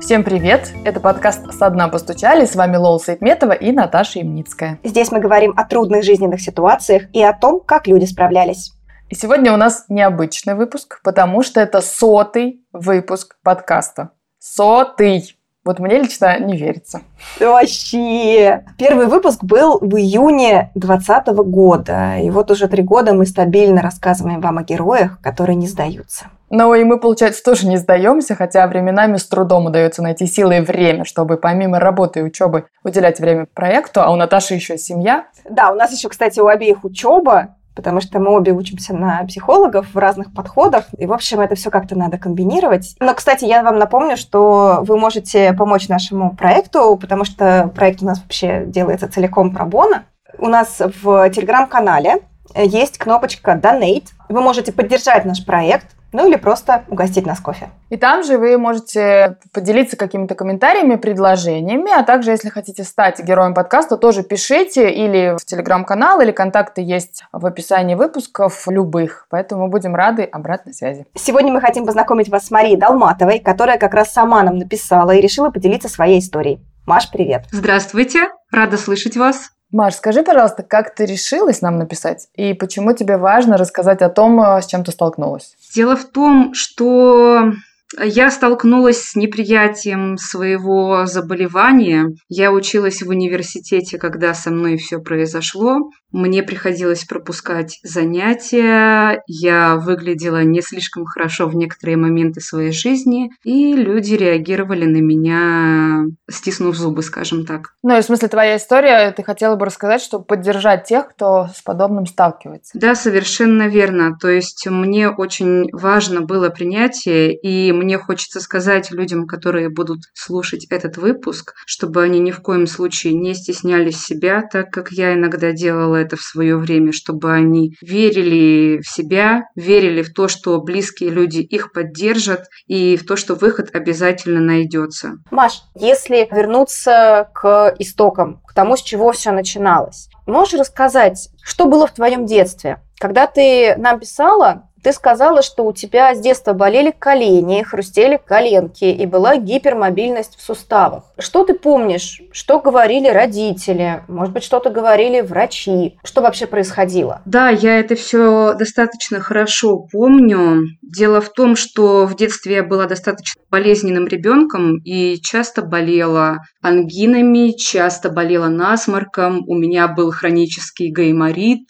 Всем привет! Это подкаст «Со дна постучали». С вами Лола Саидметова и Наташа Ямницкая. Здесь мы говорим о трудных жизненных ситуациях и о том, как люди справлялись. И сегодня у нас необычный выпуск, потому что это 100-й выпуск подкаста. 100-й! Вот мне лично не верится. Вообще! Первый выпуск был в июне 2020 года. И вот уже 3 года мы стабильно рассказываем вам о героях, которые не сдаются. Ну и мы, получается, тоже не сдаемся, хотя временами с трудом удается найти силы и время, чтобы помимо работы и учебы уделять время проекту, а у Наташи еще семья. Да, у нас еще, кстати, у обеих учеба, потому что мы обе учимся на психологов в разных подходах, и, в общем, это все как-то надо комбинировать. Но, кстати, я вам напомню, что вы можете помочь нашему проекту, потому что проект у нас вообще делается целиком про-боно. У нас в Телеграм-канале есть кнопочка «Donate». Вы можете поддержать наш проект, ну или просто угостить нас кофе. И там же вы можете поделиться какими-то комментариями, предложениями, а также, если хотите стать героем подкаста, тоже пишите или в Телеграм-канал, или контакты есть в описании выпусков любых. Поэтому мы будем рады обратной связи. Сегодня мы хотим познакомить вас с Марией Долматовой, которая как раз сама нам написала и решила поделиться своей историей. Маш, привет! Здравствуйте, рада слышать вас. Маш, скажи, пожалуйста, как ты решилась нам написать и почему тебе важно рассказать о том, с чем ты столкнулась? Дело в том, что я столкнулась с неприятием своего заболевания. Я училась в университете, когда со мной все произошло. Мне приходилось пропускать занятия, я выглядела не слишком хорошо в некоторые моменты своей жизни, и люди реагировали на меня, стиснув зубы, скажем так. Ну и в смысле твоя история, ты хотела бы рассказать, чтобы поддержать тех, кто с подобным сталкивается? Да, совершенно верно. То есть мне очень важно было принятие, и мне хочется сказать людям, которые будут слушать этот выпуск, чтобы они ни в коем случае не стеснялись себя, так как я иногда делала это в свое время, чтобы они верили в себя, верили в то, что близкие люди их поддержат, и в то, что выход обязательно найдется. Маш, если вернуться к истокам, к тому, с чего все начиналось, можешь рассказать, что было в твоем детстве? Когда ты нам писала, ты сказала, что у тебя с детства болели колени, хрустели коленки и была гипермобильность в суставах. Что ты помнишь? Что говорили родители? Может быть, что-то говорили врачи? Что вообще происходило? Да, я это все достаточно хорошо помню. Дело в том, что в детстве я была достаточно болезненным ребенком и часто болела ангинами, часто болела насморком. У меня был хронический гайморит,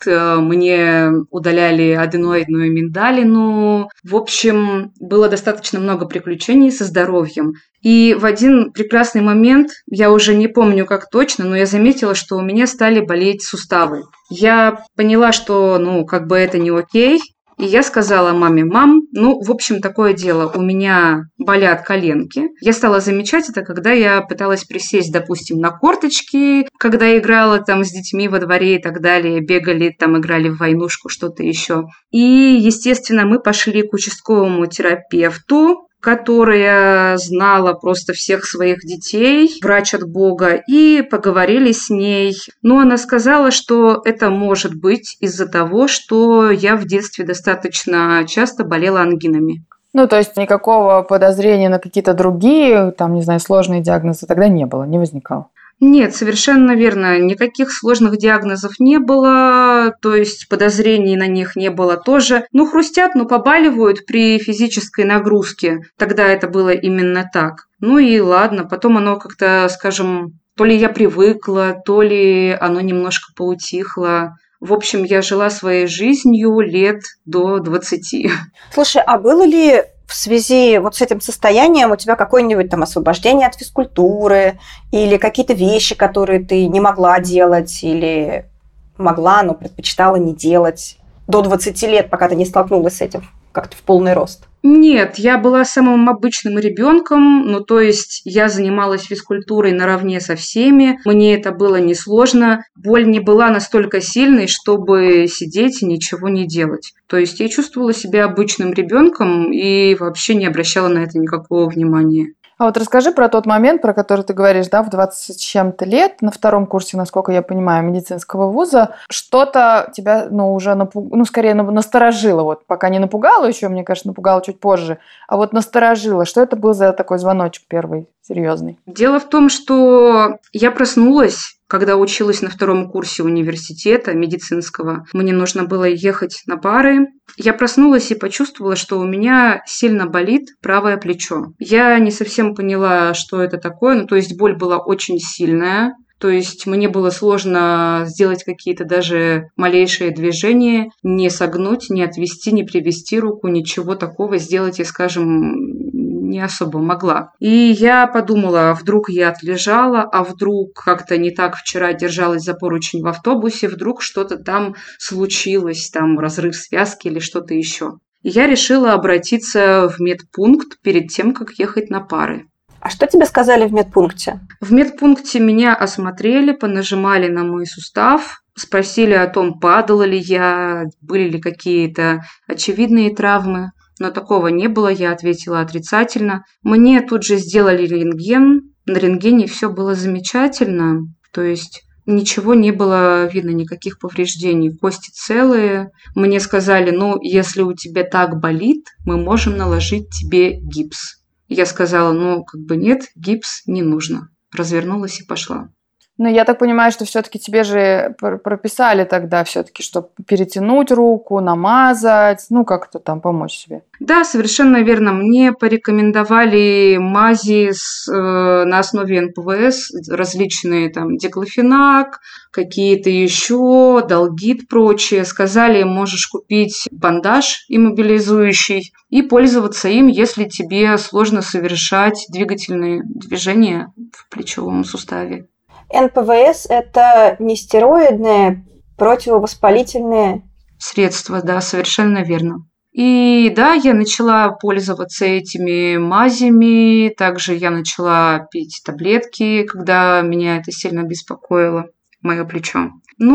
мне удаляли аденоидную миндалину. В общем, было достаточно много приключений со здоровьем. И в один прекрасный момент, я уже не помню как точно, но я заметила, что у меня стали болеть суставы. Я поняла, что, это не окей. И я сказала маме: мам, в общем, такое дело, у меня болят коленки. Я стала замечать это, когда я пыталась присесть, допустим, на корточки, когда играла там с детьми во дворе и так далее, бегали, там играли в войнушку, что-то еще. И, естественно, мы пошли к участковому терапевту, которая знала просто всех своих детей, врач от Бога, и поговорили с ней. Но она сказала, что это может быть из-за того, что я в детстве достаточно часто болела ангинами. То есть никакого подозрения на какие-то другие, сложные диагнозы тогда не было, не возникало? Нет, совершенно верно. Никаких сложных диагнозов не было, то есть подозрений на них не было тоже. Хрустят, побаливают при физической нагрузке. Тогда это было именно так. И ладно, потом оно как-то, скажем, то ли я привыкла, то ли оно немножко поутихло. В общем, я жила своей жизнью лет до 20. Слушай, а было ли в связи с этим состоянием у тебя какое-нибудь освобождение от физкультуры или какие-то вещи, которые ты не могла делать или могла, но предпочитала не делать до 20 лет, пока ты не столкнулась с этим как-то в полный рост? Нет, я была самым обычным ребенком, то есть я занималась физкультурой наравне со всеми, мне это было несложно, боль не была настолько сильной, чтобы сидеть и ничего не делать. То есть я чувствовала себя обычным ребенком и вообще не обращала на это никакого внимания. А вот расскажи про тот момент, про который ты говоришь, да, в 20 с чем-то лет, на втором курсе, насколько я понимаю, медицинского вуза, что-то тебя, уже скорее насторожило, вот, пока не напугало еще, мне кажется, напугало чуть позже, а вот насторожило. Что это был за такой звоночек первый, серьезный? Дело в том, что я проснулась, когда училась на втором курсе университета медицинского. Мне нужно было ехать на пары. Я проснулась и почувствовала, что у меня сильно болит правое плечо. Я не совсем поняла, что это такое. То есть боль была очень сильная. То есть мне было сложно сделать какие-то даже малейшие движения, не согнуть, не отвести, не привести руку, ничего такого сделать я, скажем, не особо могла. И я подумала, вдруг я отлежала, а вдруг как-то не так вчера держалась за поручень в автобусе, вдруг что-то там случилось, там разрыв связки или что-то еще. И я решила обратиться в медпункт перед тем, как ехать на пары. А что тебе сказали в медпункте? В медпункте меня осмотрели, понажимали на мой сустав, спросили о том, падала ли я, были ли какие-то очевидные травмы. Но такого не было, я ответила отрицательно. Мне тут же сделали рентген. На рентгене все было замечательно. То есть ничего не было видно, никаких повреждений. Кости целые. Мне сказали, если у тебя так болит, мы можем наложить тебе гипс. Я сказала, нет, гипс не нужно. Развернулась и пошла. Я так понимаю, что все-таки тебе же прописали тогда все-таки, чтобы перетянуть руку, намазать, как-то там помочь себе. Да, совершенно верно. Мне порекомендовали мази на основе НПВС, различные там диклофенак, какие-то еще, долгит, прочее. Сказали, можешь купить бандаж иммобилизующий и пользоваться им, если тебе сложно совершать двигательные движения в плечевом суставе. НПВС – это нестероидные противовоспалительные средства, да, совершенно верно. И да, я начала пользоваться этими мазями, также я начала пить таблетки, когда меня это сильно беспокоило, мое плечо.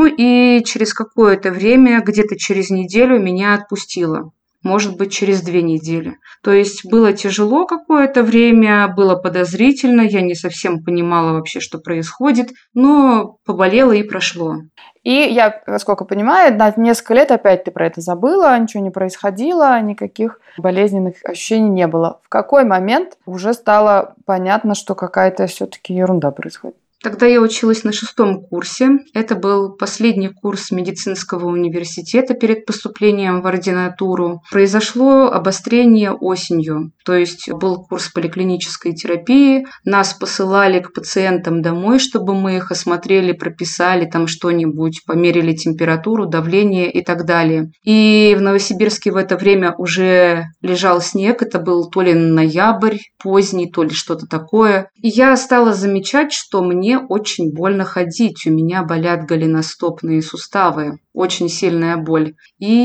И через какое-то время, где-то через неделю, меня отпустило. Может быть, через 2 недели. То есть было тяжело какое-то время, было подозрительно, я не совсем понимала вообще, что происходит, но поболело и прошло. И я, насколько понимаю, на несколько лет опять ты про это забыла, ничего не происходило, никаких болезненных ощущений не было. В какой момент уже стало понятно, что какая-то все-таки ерунда происходит? Тогда я училась на 6-м курсе. Это был последний курс медицинского университета перед поступлением в ординатуру. Произошло обострение осенью. То есть был курс поликлинической терапии. Нас посылали к пациентам домой, чтобы мы их осмотрели, прописали там что-нибудь, померили температуру, давление и так далее. И в Новосибирске в это время уже лежал снег. Это был то ли ноябрь поздний, то ли что-то такое. И я стала замечать, что мне очень больно ходить, у меня болят голеностопные суставы, очень сильная боль.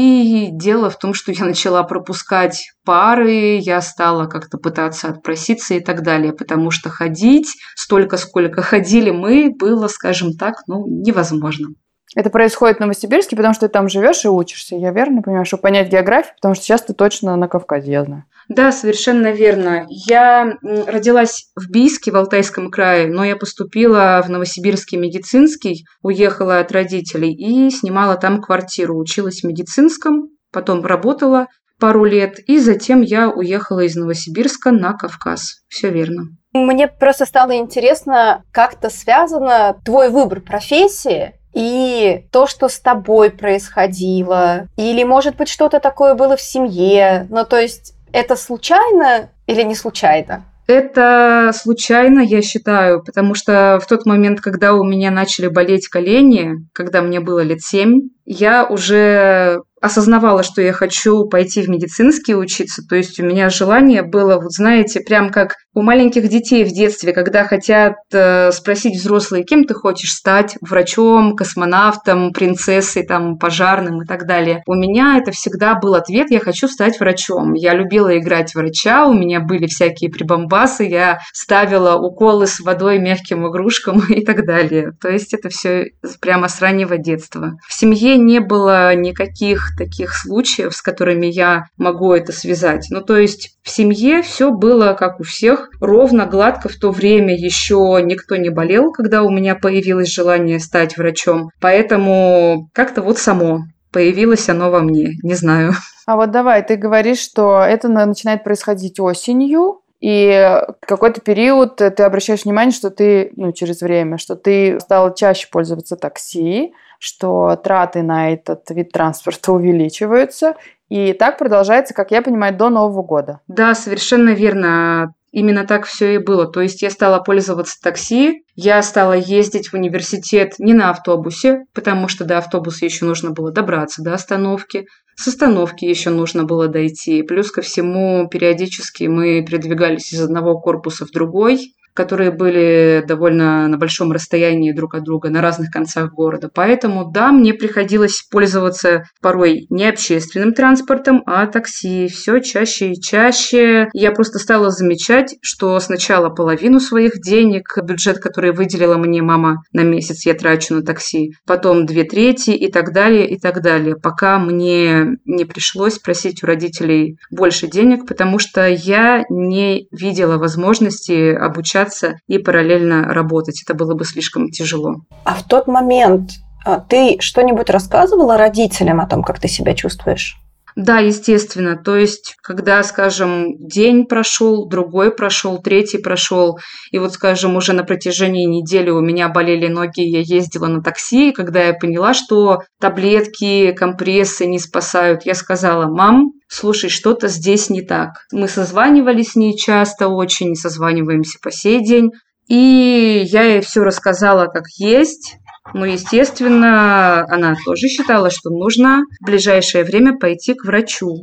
И дело в том, что я начала пропускать пары, я стала как-то пытаться отпроситься и так далее, потому что ходить столько, сколько ходили мы, было, скажем так, невозможно. Это происходит в Новосибирске, потому что ты там живешь и учишься, я верно понимаю, чтобы понять географию, потому что сейчас ты точно на Кавказе, я знаю. Да, совершенно верно. Я родилась в Бийске, в Алтайском крае, но я поступила в Новосибирский медицинский, уехала от родителей и снимала там квартиру. Училась в медицинском, потом работала пару лет, и затем я уехала из Новосибирска на Кавказ. Все верно. Мне просто стало интересно, как-то связано твой выбор профессии и то, что с тобой происходило. Или, может быть, что-то такое было в семье. То есть это случайно или не случайно? Это случайно, я считаю, потому что в тот момент, когда у меня начали болеть колени, когда мне было лет 7, я уже осознавала, что я хочу пойти в медицинский учиться. То есть у меня желание было, прям как у маленьких детей в детстве, когда хотят спросить взрослые, кем ты хочешь стать: врачом, космонавтом, принцессой, пожарным и так далее. У меня это всегда был ответ: я хочу стать врачом. Я любила играть врача, у меня были всякие прибамбасы, я ставила уколы с водой мягким игрушкам и так далее. То есть это все прямо с раннего детства. В семье не было никаких таких случаев, с которыми я могу это связать. То есть в семье все было как у всех. во-первых, ровно, гладко в то время еще никто не болел, когда у меня появилось желание стать врачом. Поэтому как-то вот само появилось оно во мне, не знаю. А вот давай, ты говоришь, что это начинает происходить осенью, и в какой-то период ты обращаешь внимание, что ты, через время, что ты стал чаще пользоваться такси, что траты на этот вид транспорта увеличиваются. И так продолжается, как я понимаю, до Нового года. Да, совершенно верно. Именно так все и было. То есть я стала пользоваться такси, я стала ездить в университет не на автобусе, потому что до автобуса еще нужно было добраться до остановки. С остановки еще нужно было дойти. Плюс ко всему, периодически мы передвигались из одного корпуса в другой, которые были довольно на большом расстоянии друг от друга на разных концах города. Поэтому, да, мне приходилось пользоваться порой не общественным транспортом, а такси. Все чаще и чаще. Я просто стала замечать, что сначала половину своих денег, бюджет, который выделила мне мама на месяц, я трачу на такси, потом 2/3 и так далее, пока мне не пришлось просить у родителей больше денег, потому что я не видела возможности обучаться и параллельно работать. Это было бы слишком тяжело. А в тот момент ты что-нибудь рассказывала родителям о том, как ты себя чувствуешь? Да, естественно. То есть, когда, скажем, день прошел, другой прошел, третий прошел, и вот, скажем, уже на протяжении недели у меня болели ноги, я ездила на такси, и когда я поняла, что таблетки, компрессы не спасают, я сказала: мам, слушай, что-то здесь не так. Мы созванивались с ней часто очень, созваниваемся по сей день, и я ей все рассказала как есть. Но, естественно, она тоже считала, что нужно в ближайшее время пойти к врачу,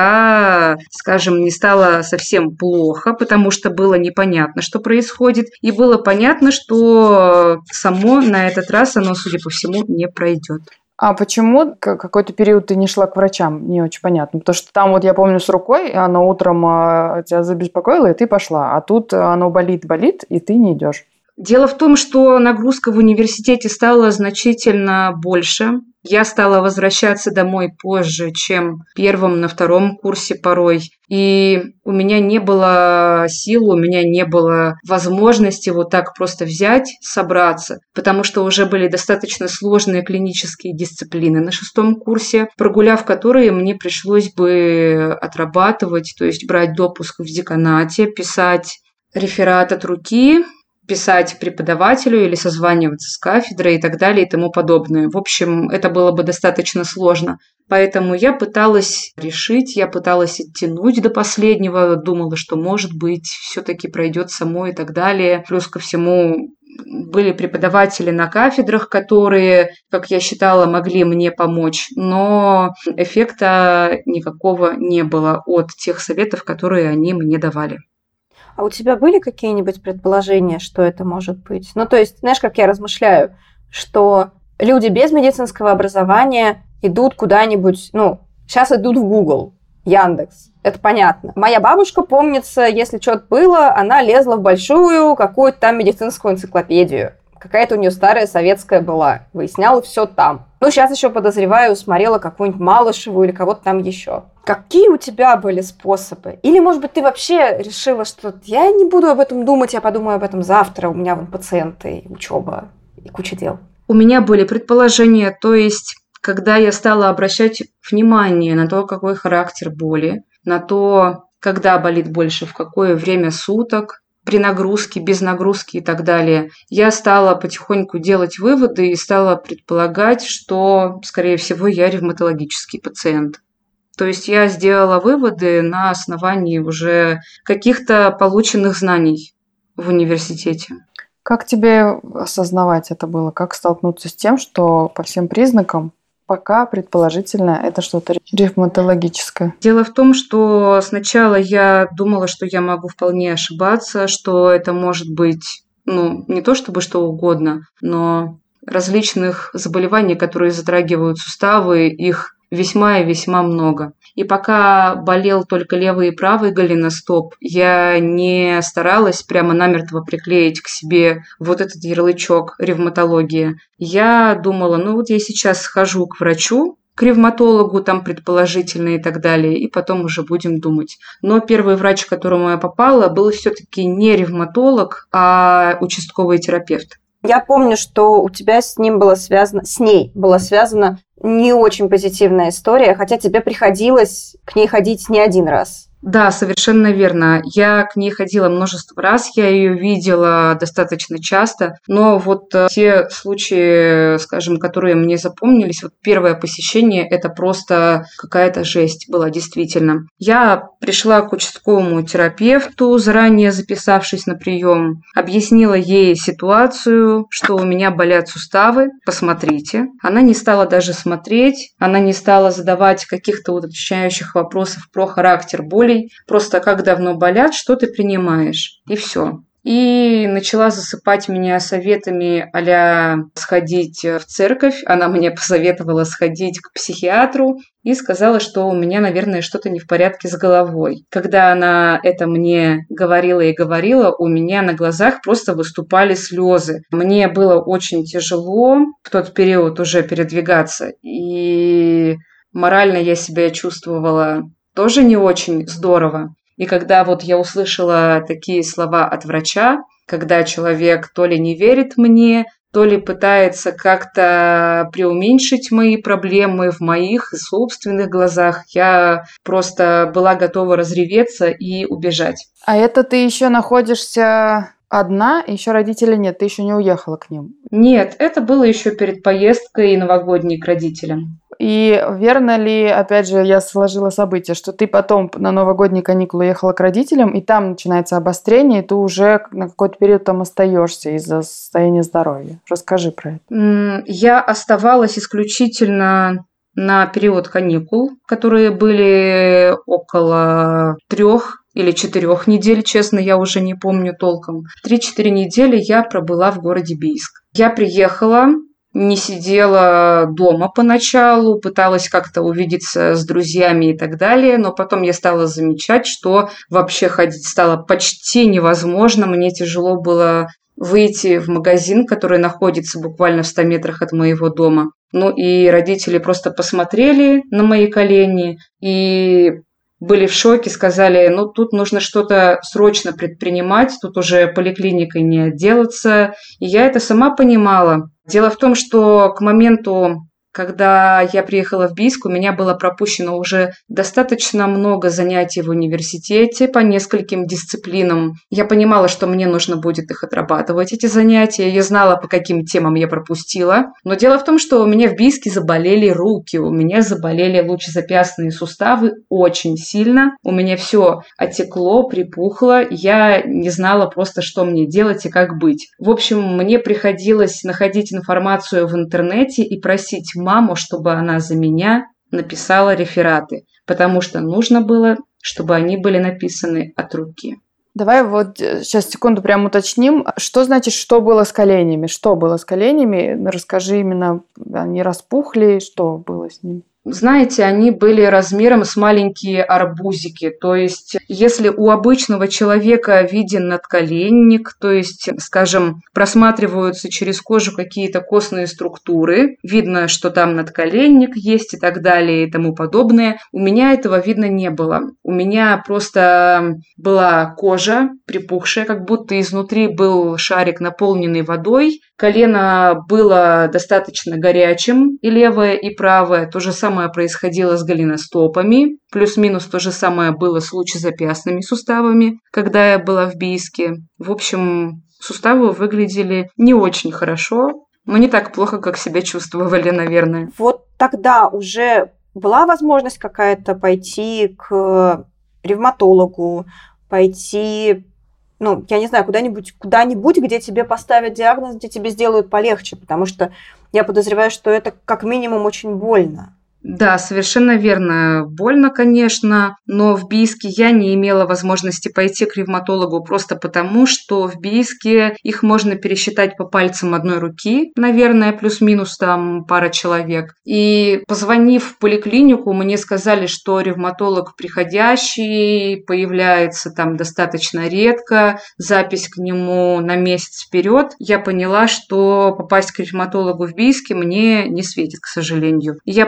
пока, скажем, не стало совсем плохо, потому что было непонятно, что происходит, и было понятно, что само на этот раз оно, судя по всему, не пройдет. А почему какой-то период ты не шла к врачам? Не очень понятно. Потому что там, вот я помню, с рукой оно утром тебя забеспокоило, и ты пошла. А тут оно болит, и ты не идешь. Дело в том, что нагрузка в университете стала значительно больше. Я стала возвращаться домой позже, чем на втором курсе порой. И у меня не было сил, у меня не было возможности вот так просто взять, собраться, потому что уже были достаточно сложные клинические дисциплины на 6 курсе, прогуляв которые мне пришлось бы отрабатывать, то есть брать допуск в деканате, писать реферат от руки, писать преподавателю или созваниваться с кафедрой и так далее и тому подобное. В общем, это было бы достаточно сложно. Поэтому я пыталась решить, я пыталась оттянуть до последнего, думала, что, может быть, все-таки пройдет само и так далее. Плюс ко всему, были преподаватели на кафедрах, которые, как я считала, могли мне помочь, но эффекта никакого не было от тех советов, которые они мне давали. А у тебя были какие-нибудь предположения, что это может быть? То есть, знаешь, как я размышляю, что люди без медицинского образования идут куда-нибудь, сейчас идут в Google, Яндекс, это понятно. Моя бабушка, помнится, если что-то было, она лезла в большую какую-то там медицинскую энциклопедию. Какая-то у нее старая советская была. Выясняла все там. Сейчас еще подозреваю, смотрела какую-нибудь Малышеву или кого-то там еще. Какие у тебя были способы? Или, может быть, ты вообще решила, что я не буду об этом думать, я подумаю об этом завтра, у меня вон пациенты, учеба и куча дел. У меня были предположения, то есть, когда я стала обращать внимание на то, какой характер боли, на то, когда болит больше, в какое время суток, при нагрузке, без нагрузки и так далее, я стала потихоньку делать выводы и стала предполагать, что, скорее всего, я ревматологический пациент. То есть я сделала выводы на основании уже каких-то полученных знаний в университете. Как тебе осознавать это было? Как столкнуться с тем, что по всем признакам пока, предположительно, это что-то ревматологическое? Дело в том, что сначала я думала, что я могу вполне ошибаться, что это может быть, не то чтобы что угодно, но различных заболеваний, которые затрагивают суставы, их весьма и весьма много. И пока болел только левый и правый голеностоп, я не старалась прямо намертво приклеить к себе вот этот ярлычок ревматология. Я думала, я сейчас схожу к врачу, к ревматологу, там предположительно и так далее, и потом уже будем думать. Но первый врач, к которому я попала, был все-таки не ревматолог, а участковый терапевт. Я помню, что у тебя с ней была связана не очень позитивная история, хотя тебе приходилось к ней ходить не один раз. Да, совершенно верно. Я к ней ходила множество раз, я ее видела достаточно часто, но вот те случаи, скажем, которые мне запомнились, вот первое посещение, это просто какая-то жесть была, действительно. Я пришла к участковому терапевту, заранее записавшись на прием, объяснила ей ситуацию, что у меня болят суставы, посмотрите. Она не стала даже смотреть, она не стала задавать каких-то уточняющих вопросов про характер боли, просто как давно болят, что ты принимаешь, и все. И начала засыпать меня советами а-ля сходить в церковь. Она мне посоветовала сходить к психиатру и сказала, что у меня, наверное, что-то не в порядке с головой. Когда она это мне говорила и говорила, у меня на глазах просто выступали слезы. Мне было очень тяжело в тот период уже передвигаться, и морально я себя чувствовала тоже не очень здорово. И когда вот я услышала такие слова от врача, когда человек то ли не верит мне, то ли пытается как-то преуменьшить мои проблемы в моих собственных глазах, я просто была готова разреветься и убежать. А это ты еще находишься одна, еще родителей нет, ты еще не уехала к ним? Нет, это было еще перед поездкой новогодней к родителям. И верно ли, опять же, я сложила события, что ты потом на новогодние каникулы ехала к родителям, и там начинается обострение, и ты уже на какой-то период там остаешься из-за состояния здоровья? Расскажи про это. Я оставалась исключительно на период каникул, которые были около 3 или 4 недель, честно, я уже не помню толком. 3-4 недели я пробыла в городе Бийск. Я приехала, не сидела дома поначалу, пыталась как-то увидеться с друзьями и так далее, но потом я стала замечать, что вообще ходить стало почти невозможно. Мне тяжело было выйти в магазин, который находится буквально в 100 метрах от моего дома. Ну и родители просто посмотрели на мои колени и были в шоке, сказали, ну тут нужно что-то срочно предпринимать, тут уже поликлиникой не отделаться. И я это сама понимала. Дело в том, что к моменту, когда я приехала в Бийск, у меня было пропущено уже достаточно много занятий в университете по нескольким дисциплинам. Я понимала, что мне нужно будет их отрабатывать, эти занятия. Я знала, по каким темам я пропустила. Но дело в том, что у меня в Бийске заболели руки, у меня заболели лучезапястные суставы очень сильно. У меня все отекло, припухло. Я не знала просто, что мне делать и как быть. В общем, мне приходилось находить информацию в интернете и просить маму, чтобы она за меня написала рефераты, потому что нужно было, чтобы они были написаны от руки. Давай вот сейчас секунду прям уточним. Что значит, что было с коленями? Что было с коленями? Расскажи именно, они распухли, что было с ними? Знаете, они были размером с маленькие арбузики. То есть, если у обычного человека виден надколенник, то есть, скажем, просматриваются через кожу какие-то костные структуры, видно, что там надколенник есть и так далее и тому подобное, у меня этого видно не было. У меня просто была кожа припухшая, как будто изнутри был шарик, наполненный водой. Колено было достаточно горячим, и левое, и правое. То же самое происходило с голеностопами. Плюс-минус то же самое было с лучезапястными суставами, когда я была в Бийске. В общем, суставы выглядели не очень хорошо, но не так плохо, как себя чувствовали, наверное. Вот тогда уже была возможность какая-то пойти к ревматологу, пойти... я не знаю, куда-нибудь, где тебе поставят диагноз, где тебе сделают полегче, потому что я подозреваю, что это как минимум очень больно. Да, совершенно верно. Больно, конечно, но в Бийске я не имела возможности пойти к ревматологу просто потому, что в Бийске их можно пересчитать по пальцам одной руки, наверное, плюс-минус там пара человек. И позвонив в поликлинику, мне сказали, что ревматолог приходящий, появляется там достаточно редко, запись к нему на месяц вперед. Я поняла, что попасть к ревматологу в Бийске мне не светит, к сожалению. И я поняла,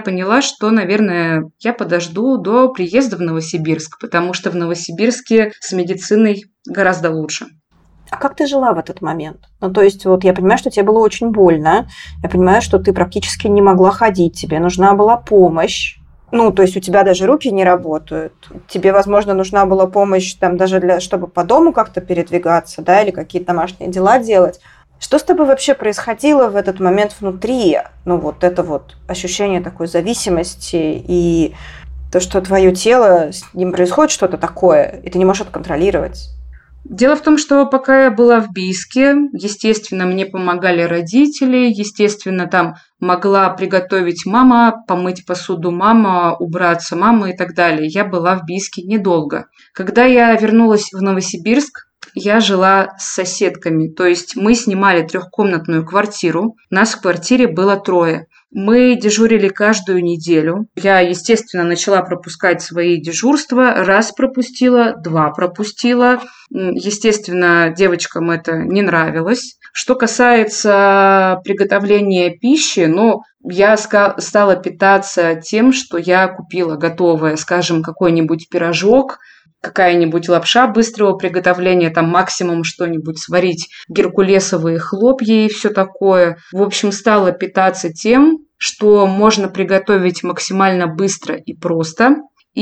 что, наверное, я подожду до приезда в Новосибирск, потому что в Новосибирске с медициной гораздо лучше. А как ты жила в этот момент? Ну, то есть, вот я понимаю, что тебе было очень больно, я понимаю, что ты практически не могла ходить, тебе нужна была помощь. Ну, то есть у тебя даже руки не работают. Тебе, возможно, нужна была помощь там даже чтобы по дому как-то передвигаться, да, или какие-то домашние дела делать. Что с тобой вообще происходило в этот момент внутри? Ну, вот это вот ощущение такой зависимости и то, что твое тело, с ним происходит что-то такое, и ты не можешь это контролировать. Дело в том, что пока я была в Бийске, естественно, мне помогали родители, естественно, там могла приготовить мама, помыть посуду мама, убраться мама и так далее. Я была в Бийске недолго. Когда я вернулась в Новосибирск, я жила с соседками, то есть мы снимали 3-комнатную квартиру, нас в квартире было 3. Мы дежурили каждую неделю. Я, естественно, начала пропускать свои дежурства. 1 пропустила, 2 пропустила. Естественно, девочкам это не нравилось. Что касается приготовления пищи, я стала питаться тем, что я купила готовое, скажем, какой-нибудь пирожок, какая-нибудь лапша быстрого приготовления, там максимум что-нибудь сварить, геркулесовые хлопья и все такое. В общем, стала питаться тем, что можно приготовить максимально быстро и просто,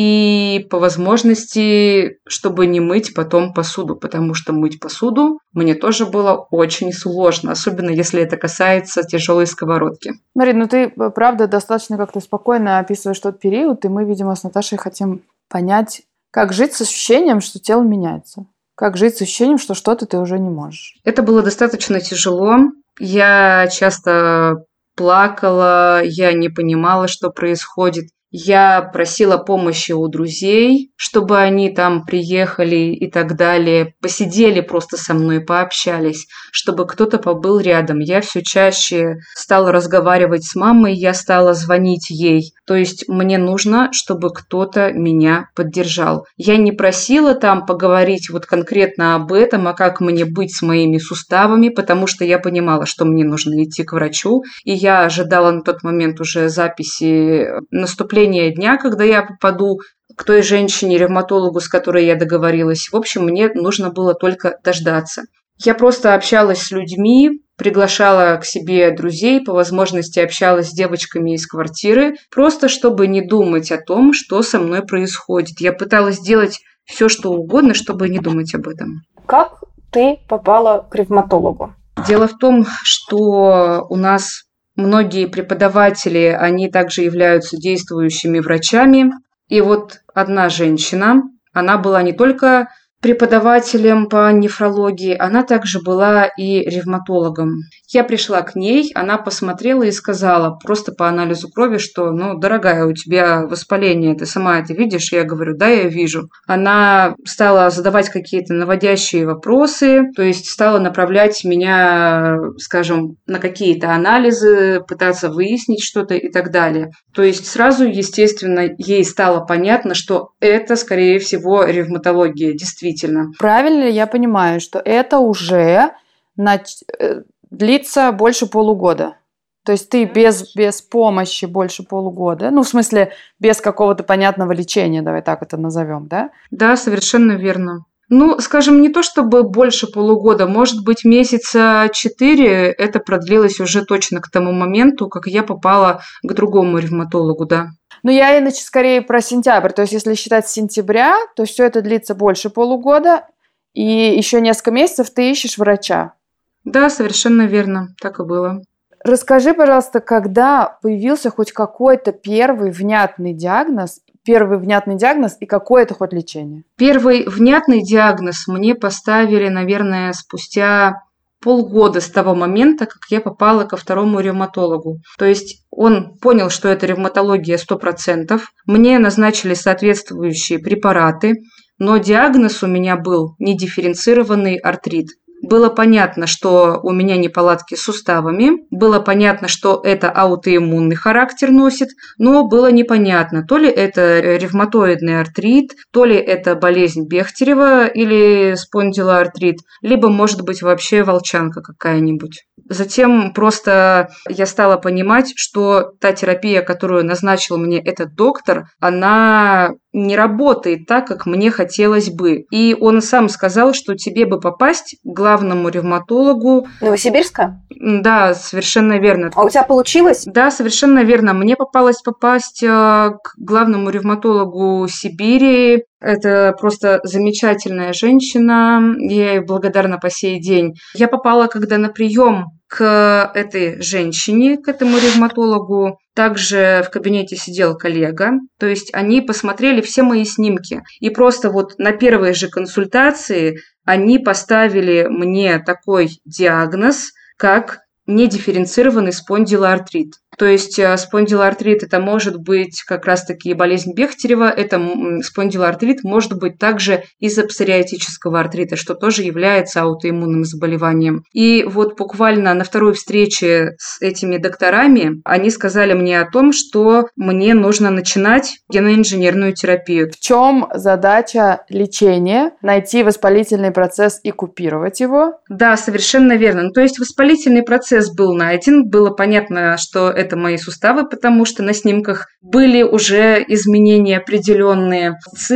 и по возможности, чтобы не мыть потом посуду, потому что мыть посуду мне тоже было очень сложно, особенно если это касается тяжелой сковородки. Марин, ты, правда, достаточно как-то спокойно описываешь тот период, и мы, видимо, с Наташей хотим понять, как жить с ощущением, что тело меняется. Как жить с ощущением, что что-то ты уже не можешь. Это было достаточно тяжело. Я часто плакала, я не понимала, что происходит. Я просила помощи у друзей, чтобы они там приехали и так далее, посидели просто со мной, пообщались, чтобы кто-то побыл рядом. Я все чаще стала разговаривать с мамой, я стала звонить ей. То есть мне нужно, чтобы кто-то меня поддержал. Я не просила там поговорить вот конкретно об этом, а как мне быть с моими суставами, потому что я понимала, что мне нужно идти к врачу, и я ожидала на тот момент уже записи наступления дня, когда я попаду к той женщине-ревматологу, с которой я договорилась. В общем, мне нужно было только дождаться. Я просто общалась с людьми, приглашала к себе друзей, по возможности общалась с девочками из квартиры, просто чтобы не думать о том, что со мной происходит. Я пыталась сделать все, что угодно, чтобы не думать об этом. Как ты попала к ревматологу? Дело в том, что у нас многие преподаватели, они также являются действующими врачами. И вот одна женщина, она была не только преподавателем по нефрологии, она также была и ревматологом. Я пришла к ней, она посмотрела и сказала просто по анализу крови, что, дорогая, у тебя воспаление, ты сама это видишь? Я говорю, да, я вижу. Она стала задавать какие-то наводящие вопросы, то есть стала направлять меня, скажем, на какие-то анализы, пытаться выяснить что-то и так далее. То есть сразу, естественно, ей стало понятно, что это, скорее всего, ревматология, действительно. Правильно ли я понимаю, что это уже длится больше полугода? То есть ты без помощи больше полугода, в смысле, без какого-то понятного лечения, давай так это назовем, да? Да, совершенно верно. Скажем, не то чтобы больше полугода, может быть, месяца 4, это продлилось уже точно к тому моменту, как я попала к другому ревматологу, да. Я иначе скорее про сентябрь, то есть если считать с сентября, то все это длится больше полугода, и еще несколько месяцев ты ищешь врача. Да, совершенно верно, так и было. Расскажи, пожалуйста, когда появился хоть какой-то первый внятный диагноз и какое-то хоть лечение? Первый внятный диагноз мне поставили, наверное, спустя полгода с того момента, как я попала ко второму ревматологу. То есть он понял, что это ревматология 100%. Мне назначили соответствующие препараты, но диагноз у меня был недифференцированный артрит. было понятно, что у меня неполадки с суставами, было понятно, что это аутоиммунный характер носит, но было непонятно, то ли это ревматоидный артрит, то ли это болезнь Бехтерева или спондилоартрит, либо, может быть, вообще волчанка какая-нибудь. Затем просто я стала понимать, что та терапия, которую назначил мне этот доктор, она не работает так, как мне хотелось бы. И он сам сказал, что тебе бы попасть к главному ревматологу. Новосибирска? Да, совершенно верно. А у тебя получилось? Да, совершенно верно. Мне попалось попасть к главному ревматологу Сибири. Это просто замечательная женщина. Я ей благодарна по сей день. Я попала, когда на прием к этой женщине, к этому ревматологу, также в кабинете сидел коллега, то есть они посмотрели все мои снимки. И просто вот на первой же консультации они поставили мне такой диагноз, как недифференцированный спондилоартрит. То есть спондилоартрит – это может быть как раз-таки болезнь Бехтерева, это спондилоартрит может быть также из-за псориатического артрита, что тоже является аутоиммунным заболеванием. И вот буквально на второй встрече с этими докторами они сказали мне о том, что мне нужно начинать геноинженерную терапию. В чем задача лечения? Найти воспалительный процесс и купировать его? Да, совершенно верно. Ну, то есть воспалительный процесс был найден, было понятно, что это мои суставы, потому что на снимках были уже изменения определенные.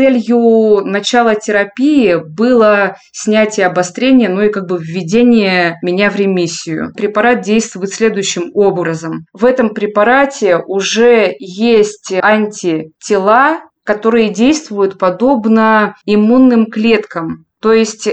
Целью начала терапии было снятие обострения, ну и как бы введение меня в ремиссию. Препарат действует следующим образом. В этом препарате уже есть антитела, которые действуют подобно иммунным клеткам. То есть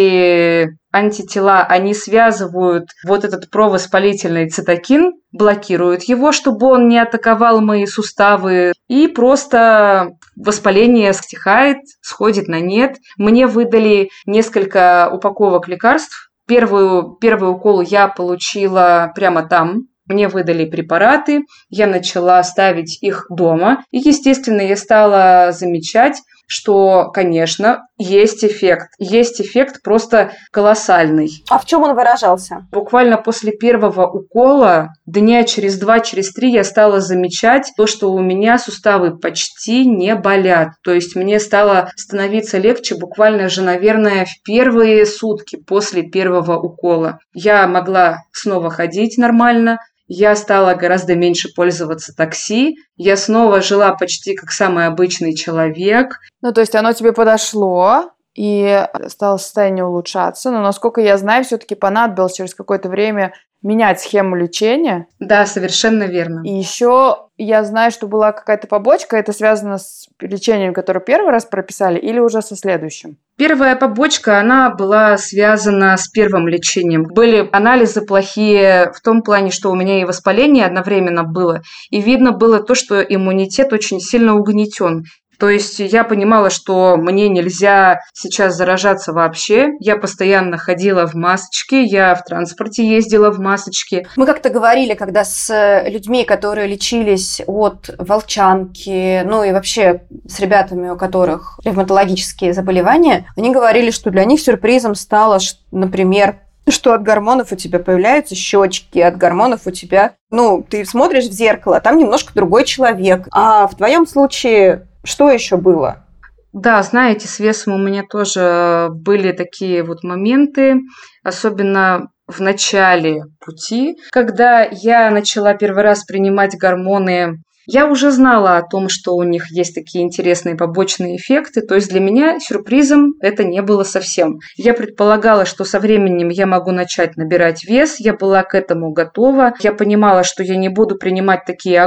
эти антитела, они связывают вот этот провоспалительный цитокин, блокируют его, чтобы он не атаковал мои суставы, и просто воспаление стихает, сходит на нет. Мне выдали несколько упаковок лекарств. Первый укол я получила прямо там. Мне выдали препараты, я начала ставить их дома. И, естественно, я стала замечать, что, конечно, есть эффект. Есть эффект просто колоссальный. А в чем он выражался? Буквально после первого укола, дня через 2-3 я стала замечать то, что у меня суставы почти не болят. То есть мне стало становиться легче буквально же, наверное, в первые сутки после первого укола. Я могла снова ходить нормально. Я стала гораздо меньше пользоваться такси. Я снова жила почти как самый обычный человек. Ну, то есть оно тебе подошло, и стало состояние улучшаться. Но, насколько я знаю, все-таки понадобилось через какое-то время менять схему лечения. Да, совершенно верно. И еще я знаю, что была какая-то побочка. Это связано с лечением, которое первый раз прописали, или уже со следующим? Первая побочка, она была связана с первым лечением. Были анализы плохие в том плане, что у меня и воспаление одновременно было, и видно было то, что иммунитет очень сильно угнетен. То есть я понимала, что мне нельзя сейчас заражаться вообще. Я постоянно ходила в масочке, я в транспорте ездила в масочке. Мы как-то говорили, когда с людьми, которые лечились от волчанки, ну и вообще с ребятами, у которых ревматологические заболевания, они говорили, что для них сюрпризом стало, например, что от гормонов у тебя появляются щечки, от гормонов у тебя, ты смотришь в зеркало, а там немножко другой человек. А в твоем случае что еще было? Да, знаете, с весом у меня тоже были такие вот моменты, особенно в начале пути, когда я начала первый раз принимать гормоны. Я уже знала о том, что у них есть такие интересные побочные эффекты, то есть для меня сюрпризом это не было совсем. Я предполагала, что со временем я могу начать набирать вес, я была к этому готова. Я понимала, что я не буду принимать такие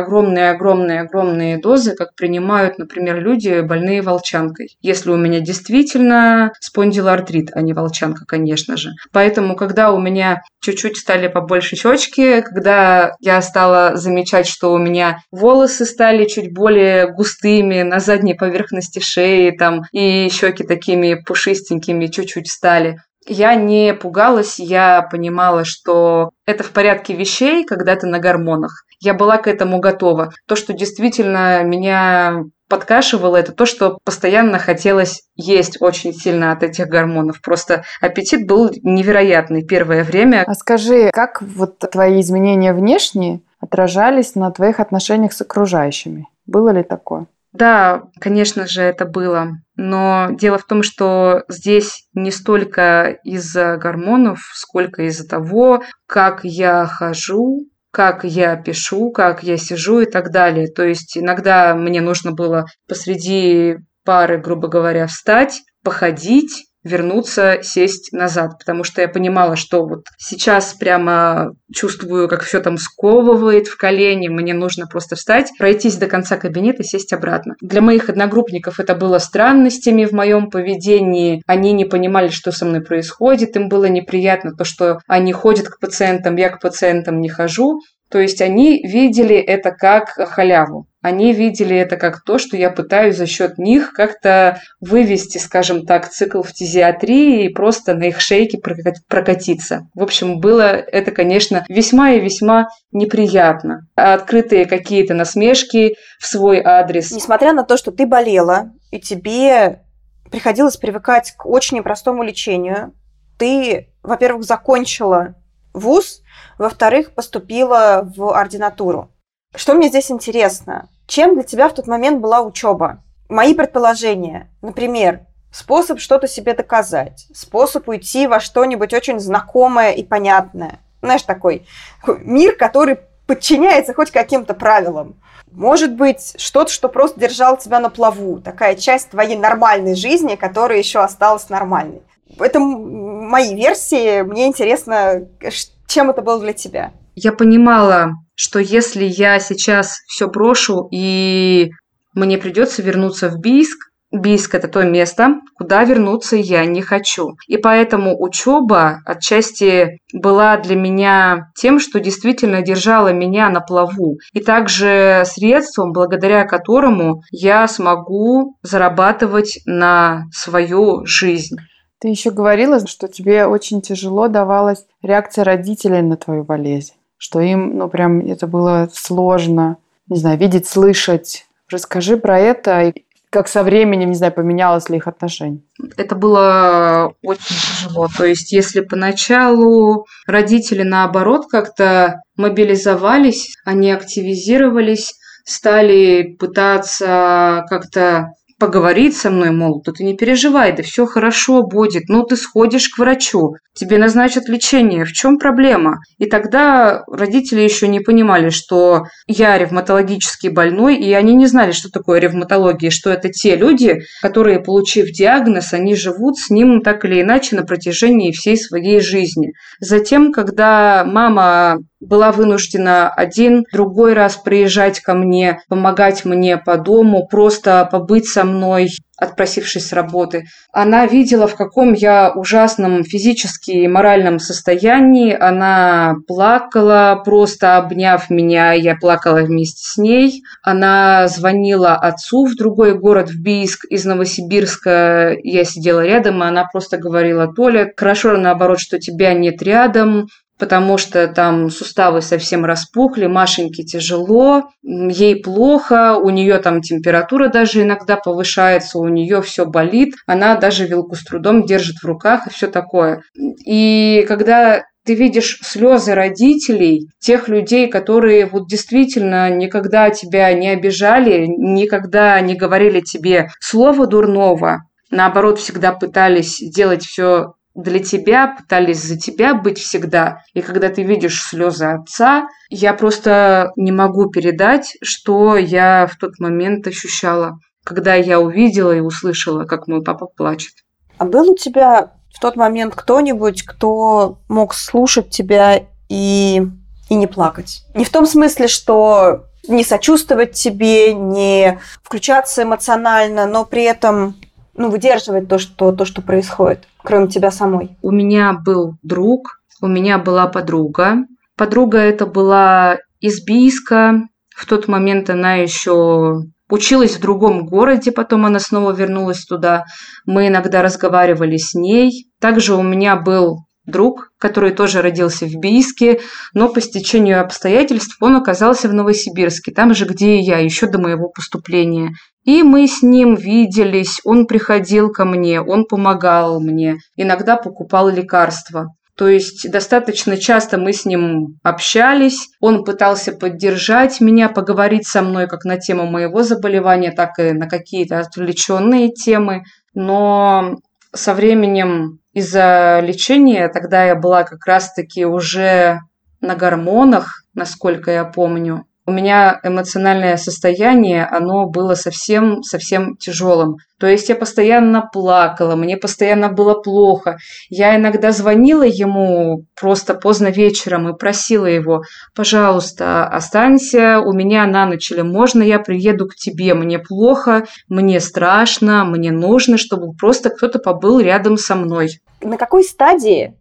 огромные дозы, как принимают, например, люди, больные волчанкой. Если у меня действительно спондилоартрит, а не волчанка, конечно же. Поэтому, когда у меня чуть-чуть стали побольше щечки, когда я стала замечать, что у меня волосы стали чуть более густыми на задней поверхности шеи, и щеки такими пушистенькими чуть-чуть стали. Я не пугалась, я понимала, что это в порядке вещей, когда ты на гормонах. Я была к этому готова. То, что действительно меня подкашивало, это то, что постоянно хотелось есть очень сильно от этих гормонов. Просто аппетит был невероятный первое время. А скажи, как вот твои изменения внешние отражались на твоих отношениях с окружающими? Было ли такое? Да, конечно же, это было. Но дело в том, что здесь не столько из-за гормонов, сколько из-за того, как я хожу, как я пишу, как я сижу и так далее. То есть иногда мне нужно было посреди пары, грубо говоря, встать, походить, вернуться, сесть назад, потому что я понимала, что вот сейчас прямо чувствую, как все там сковывает в колене, мне нужно просто встать, пройтись до конца кабинета и сесть обратно. Для моих одногруппников это было странностями в моем поведении, они не понимали, что со мной происходит, им было неприятно то, что они ходят к пациентам, я к пациентам не хожу. То есть они видели это как халяву. Они видели это как то, что я пытаюсь за счет них как-то вывести, скажем так, цикл фтизиатрии и просто на их шейке прокатиться. В общем, было это, конечно, весьма и весьма неприятно. Открытые какие-то насмешки в свой адрес. Несмотря на то, что ты болела, и тебе приходилось привыкать к очень непростому лечению, ты, во-первых, закончила вуз, во-вторых, поступила в ординатуру. Что мне здесь интересно? Чем для тебя в тот момент была учеба? Мои предположения, например, способ что-то себе доказать, способ уйти во что-нибудь очень знакомое и понятное. Знаешь, такой мир, который подчиняется хоть каким-то правилам. Может быть, что-то, что просто держало тебя на плаву, такая часть твоей нормальной жизни, которая еще осталась нормальной. Это мои версии, мне интересно, чем это было для тебя. Я понимала, что если я сейчас все брошу и мне придется вернуться в Бийск, Бийск – это то место, куда вернуться я не хочу. И поэтому учеба отчасти была для меня тем, что действительно держала меня на плаву. И также средством, благодаря которому я смогу зарабатывать на свою жизнь. Ты еще говорила, что тебе очень тяжело давалась реакция родителей на твою болезнь, что им, прям это было сложно, не знаю, видеть, слышать. Расскажи про это и как со временем, не знаю, поменялось ли их отношение. Это было очень тяжело. То есть, если поначалу родители, наоборот, как-то мобилизовались, они активизировались, стали пытаться как-то поговорить со мной, мол, да ты не переживай, да все хорошо будет, ты сходишь к врачу, тебе назначат лечение, в чем проблема? И тогда родители еще не понимали, что я ревматологически больной, и они не знали, что такое ревматология, что это те люди, которые, получив диагноз, они живут с ним так или иначе на протяжении всей своей жизни. Затем, когда мама была вынуждена один, другой раз приезжать ко мне, помогать мне по дому, просто побыть со мной, отпросившись с работы. Она видела, в каком я ужасном физически и моральном состоянии. Она плакала, просто обняв меня, я плакала вместе с ней. Она звонила отцу в другой город, в Бийск, из Новосибирска. Я сидела рядом, и она просто говорила: Толя, хорошо, наоборот, что тебя нет рядом, потому что там суставы совсем распухли, Машеньке тяжело, ей плохо, у нее там температура даже иногда повышается, у нее все болит, она даже вилку с трудом держит в руках и все такое. И когда ты видишь слезы родителей, тех людей, которые вот действительно никогда тебя не обижали, никогда не говорили тебе слова дурного, наоборот, всегда пытались делать все для тебя, пытались за тебя быть всегда. И когда ты видишь слезы отца, я просто не могу передать, что я в тот момент ощущала, когда я увидела и услышала, как мой папа плачет. А был у тебя в тот момент кто-нибудь, кто мог слушать тебя и не плакать? Не в том смысле, что не сочувствовать тебе, не включаться эмоционально, но при этом выдерживать то, что происходит, кроме тебя самой. У меня был друг, у меня была подруга. Подруга эта была из Бийска. В тот момент она еще училась в другом городе, потом она снова вернулась туда. Мы иногда разговаривали с ней. Также у меня был друг, который тоже родился в Бийске, но по стечению обстоятельств он оказался в Новосибирске, там же, где и я, еще до моего поступления. И мы с ним виделись, он приходил ко мне, он помогал мне, иногда покупал лекарства. То есть достаточно часто мы с ним общались, он пытался поддержать меня, поговорить со мной как на тему моего заболевания, так и на какие-то отвлеченные темы. Но со временем из-за лечения, тогда я была как раз-таки уже на гормонах, насколько я помню, у меня эмоциональное состояние, оно было совсем тяжелым. То есть я постоянно плакала, мне постоянно было плохо. Я иногда звонила ему просто поздно вечером и просила его: пожалуйста, останься у меня на ночь, или можно я приеду к тебе? Мне плохо, мне страшно, мне нужно, чтобы просто кто-то побыл рядом со мной. На какой стадии,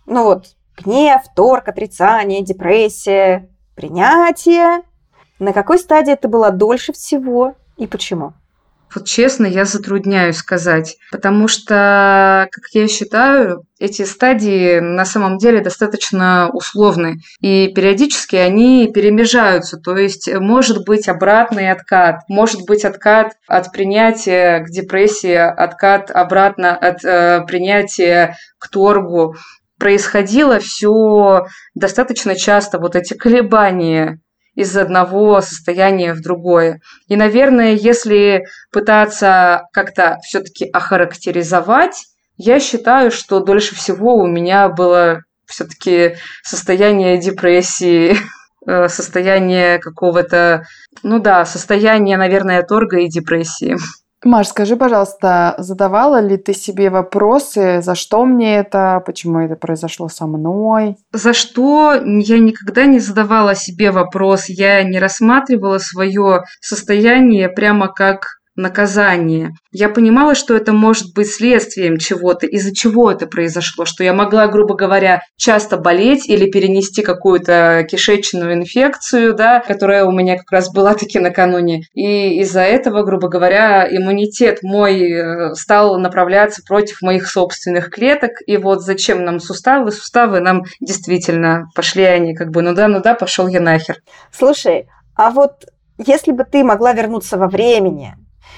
гнев, торг, отрицание, депрессия, принятие, на какой стадии это было дольше всего и почему? Вот честно, я затрудняюсь сказать, потому что, как я считаю, эти стадии на самом деле достаточно условны, и периодически они перемежаются, то есть может быть обратный откат, может быть откат от принятия к депрессии, откат обратно от принятия к торгу. Происходило все достаточно часто, вот эти колебания из одного состояния в другое. И, наверное, если пытаться как-то все-таки охарактеризовать, я считаю, что дольше всего у меня было все-таки состояние депрессии, состояние какого-то, состояние, наверное, торга и депрессии. Маш, скажи, пожалуйста, задавала ли ты себе вопросы, за что мне это, почему это произошло со мной? За что я никогда не задавала себе вопрос, я не рассматривала свое состояние прямо как наказание. Я понимала, что это может быть следствием чего-то, из-за чего это произошло, что я могла, грубо говоря, часто болеть или перенести какую-то кишечную инфекцию, которая у меня как раз была таки накануне. И из-за этого, грубо говоря, иммунитет мой стал направляться против моих собственных клеток. И вот зачем нам суставы? Суставы нам действительно пошли они пошел я нахер. Слушай, а вот если бы ты могла вернуться во времени,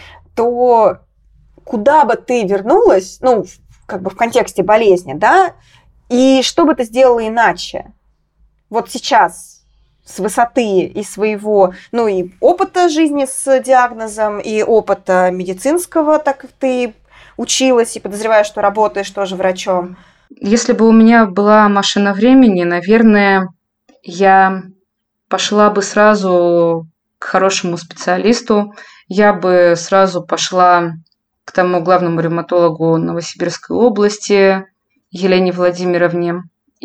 то куда бы ты вернулась, в контексте болезни, и что бы ты сделала иначе? Вот сейчас, с высоты и своего, и опыта жизни с диагнозом, и опыта медицинского, так как ты училась и подозреваю, что работаешь тоже врачом. Если бы у меня была машина времени, наверное, я пошла бы сразу к хорошему специалисту, я бы сразу пошла к тому главному ревматологу Новосибирской области, Елене Владимировне,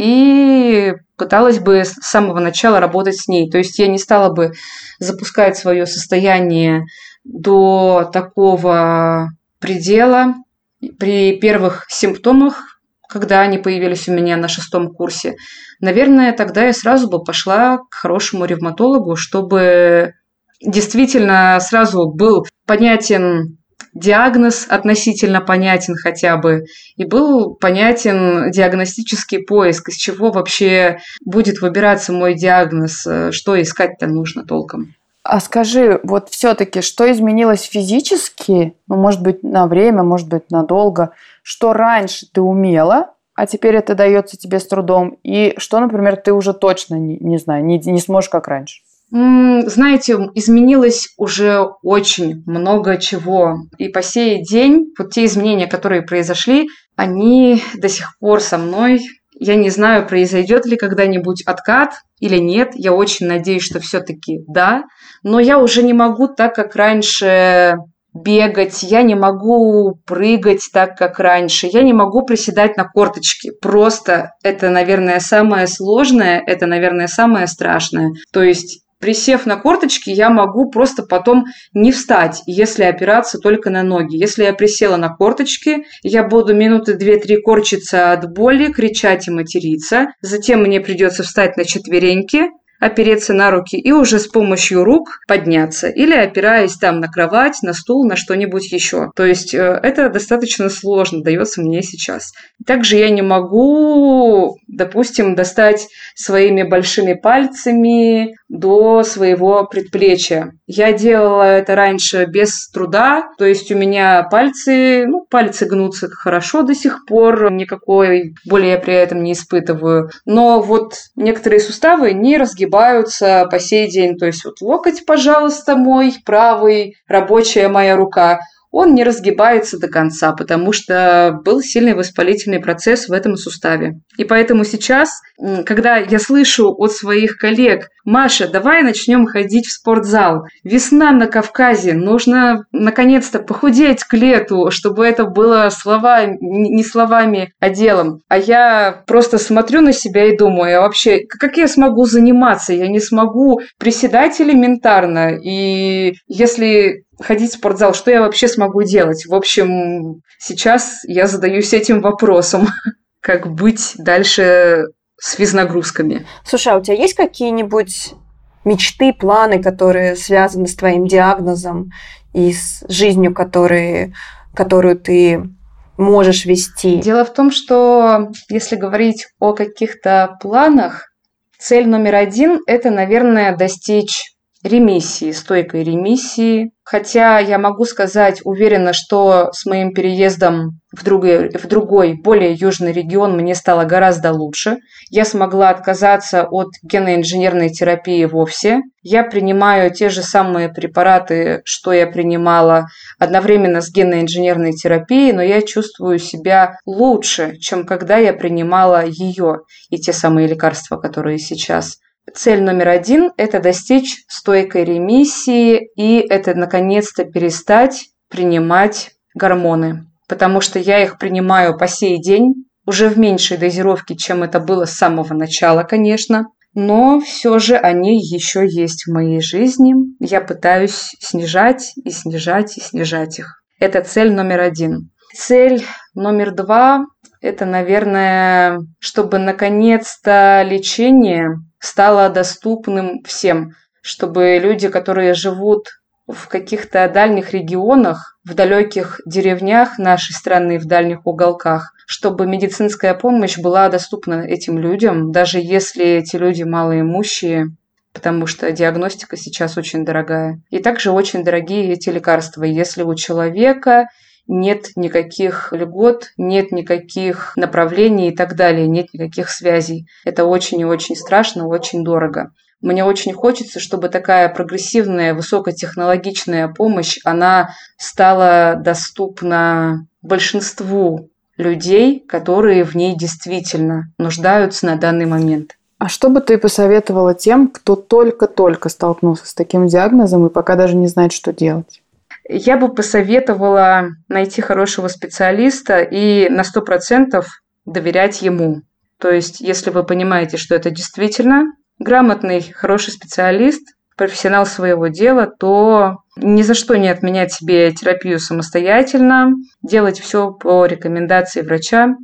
и пыталась бы с самого начала работать с ней. То есть я не стала бы запускать свое состояние до такого предела при первых симптомах, когда они появились у меня на 6-м курсе. Наверное, тогда я сразу бы пошла к хорошему ревматологу, чтобы действительно сразу был понятен диагноз, относительно понятен хотя бы, и был понятен диагностический поиск, из чего вообще будет выбираться мой диагноз, что искать-то нужно толком. А скажи, вот все-таки, что изменилось физически, может быть, на время, может быть, надолго, что раньше ты умела, а теперь это дается тебе с трудом, и что, например, ты уже точно не сможешь, как раньше? Знаете, изменилось уже очень много чего. И по сей день вот те изменения, которые произошли, они до сих пор со мной. Я не знаю, произойдет ли когда-нибудь откат или нет. Я очень надеюсь, что все-таки да. Но я уже не могу так, как раньше, бегать. Я не могу прыгать так, как раньше. Я не могу приседать на корточки. Просто это, наверное, самое сложное, это, наверное, самое страшное. То есть присев на корточки, я могу просто потом не встать, если опираться только на ноги. Если я присела на корточки, я буду минуты 2-3 корчиться от боли, кричать и материться. Затем мне придется встать на четвереньки, опереться на руки и уже с помощью рук подняться. Или опираясь там на кровать, на стул, на что-нибудь еще. То есть это достаточно сложно дается мне сейчас. Также я не могу, допустим, достать своими большими пальцами до своего предплечья. Я делала это раньше без труда, то есть у меня пальцы гнутся хорошо до сих пор, никакой боли я при этом не испытываю. Но вот некоторые суставы не разгибаются по сей день, то есть вот локоть, пожалуйста, мой правый, рабочая моя рука, он не разгибается до конца, потому что был сильный воспалительный процесс в этом суставе. И поэтому сейчас, когда я слышу от своих коллег: «Маша, давай начнем ходить в спортзал. Весна на Кавказе, нужно наконец-то похудеть к лету», чтобы это было не словами, а делом. А я просто смотрю на себя и думаю: а вообще, как я смогу заниматься? Я не смогу приседать элементарно. И если ходить в спортзал, что я вообще смогу делать? В общем, сейчас я задаюсь этим вопросом, как быть дальше с физнагрузками. Слушай, а у тебя есть какие-нибудь мечты, планы, которые связаны с твоим диагнозом и с жизнью, которую ты можешь вести? Дело в том, что если говорить о каких-то планах, цель номер 1 – это, наверное, достичь ремиссии, стойкой ремиссии. Хотя я могу сказать уверенно, что с моим переездом в другой, более южный регион мне стало гораздо лучше. Я смогла отказаться от генноинженерной терапии вовсе. Я принимаю те же самые препараты, что я принимала одновременно с генноинженерной терапией, но я чувствую себя лучше, чем когда я принимала ее и те самые лекарства, которые сейчас. Цель номер 1 – это достичь стойкой ремиссии, и это наконец-то перестать принимать гормоны, потому что я их принимаю по сей день, уже в меньшей дозировке, чем это было с самого начала, конечно, но все же они еще есть в моей жизни. Я пытаюсь снижать их. Это цель номер 1. Цель номер 2 – это, наверное, чтобы наконец-то лечение стало доступным всем, чтобы люди, которые живут в каких-то дальних регионах, в далеких деревнях нашей страны, в дальних уголках, чтобы медицинская помощь была доступна этим людям, даже если эти люди малоимущие, потому что диагностика сейчас очень дорогая. И также очень дорогие эти лекарства. Если у человека нет никаких льгот, нет никаких направлений и так далее, нет никаких связей. Это очень и очень страшно, очень дорого. Мне очень хочется, чтобы такая прогрессивная, высокотехнологичная помощь, она стала доступна большинству людей, которые в ней действительно нуждаются на данный момент. А что бы ты посоветовала тем, кто только-только столкнулся с таким диагнозом и пока даже не знает, что делать? Я бы посоветовала найти хорошего специалиста и на 100% доверять ему. То есть, если вы понимаете, что это действительно грамотный, хороший специалист, профессионал своего дела, то ни за что не отменять себе терапию самостоятельно, делать все по рекомендации врача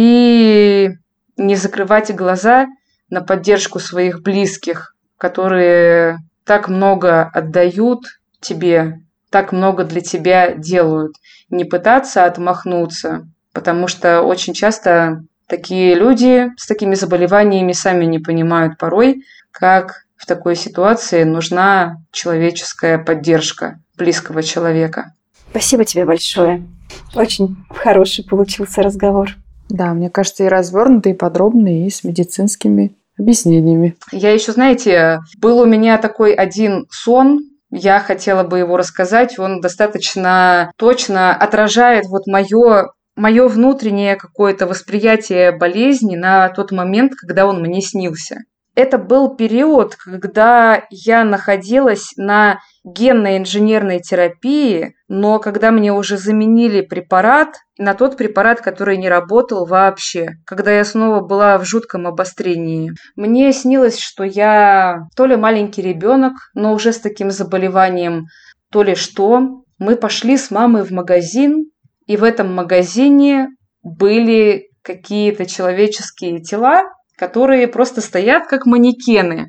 и не закрывать глаза на поддержку своих близких, которые так много отдают тебе, так много для тебя делают. Не пытаться отмахнуться, потому что очень часто такие люди с такими заболеваниями сами не понимают порой, как в такой ситуации нужна человеческая поддержка близкого человека. Спасибо тебе большое. Очень хороший получился разговор. Да, мне кажется, и развернутый, и подробный, и с медицинскими объяснениями. Я еще, знаете, был у меня такой один сон, я хотела бы его рассказать, он достаточно точно отражает вот мое внутреннее какое-то восприятие болезни на тот момент, когда он мне снился. Это был период, когда я находилась на генно-инженерной терапии, но когда мне уже заменили препарат на тот препарат, который не работал вообще, когда я снова была в жутком обострении. Мне снилось, что я то ли маленький ребенок, но уже с таким заболеванием, то ли что. Мы пошли с мамой в магазин, и в этом магазине были какие-то человеческие тела, которые просто стоят как манекены.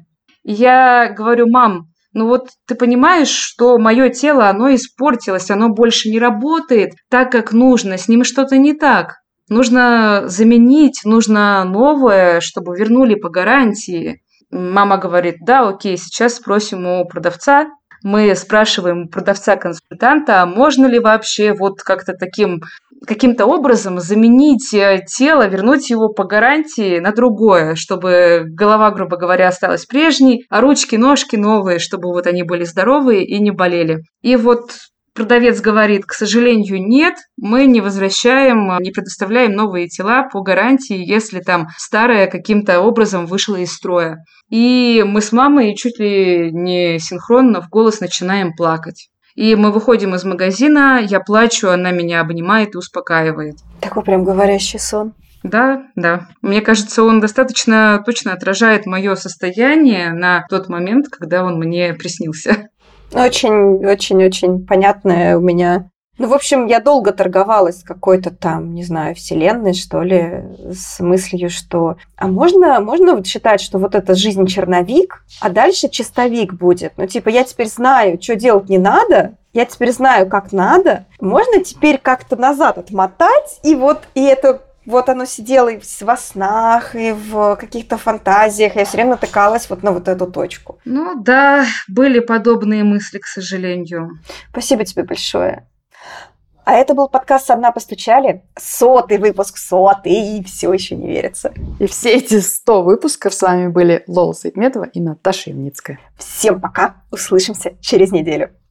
И я говорю: мам, ну вот ты понимаешь, что мое тело, оно испортилось, оно больше не работает так, как нужно, с ним что-то не так. Нужно заменить, нужно новое, чтобы вернули по гарантии. Мама говорит: да, окей, сейчас спросим у продавца. Мы спрашиваем у продавца-консультанта, а можно ли вообще вот как-то каким-то образом заменить тело, вернуть его по гарантии на другое, чтобы голова, грубо говоря, осталась прежней, а ручки, ножки новые, чтобы вот они были здоровые и не болели. И вот продавец говорит: к сожалению, нет, мы не возвращаем, не предоставляем новые тела по гарантии, если там старое каким-то образом вышло из строя. И мы с мамой чуть ли не синхронно в голос начинаем плакать. И мы выходим из магазина, я плачу, она меня обнимает и успокаивает. Такой прям говорящий сон. Да. Мне кажется, он достаточно точно отражает мое состояние на тот момент, когда он мне приснился. Очень понятное у меня. Ну, в общем, я долго торговалась с какой-то там, не знаю, вселенной, что ли, с мыслью, что... А можно вот считать, что вот эта жизнь черновик, а дальше чистовик будет? Ну, типа, я теперь знаю, что делать не надо, я теперь знаю, как надо. Можно теперь как-то назад отмотать, и это... Вот оно сидело и во снах, и в каких-то фантазиях. Я все время натыкалась вот на вот эту точку. Ну да, были подобные мысли, к сожалению. Спасибо тебе большое. А это был подкаст «Со дна постучали». 100-й выпуск, 100-й, и все еще не верится. И все эти 100 выпусков с вами были Лола Саидметова и Наташа Ямницкая. Всем пока, услышимся через неделю.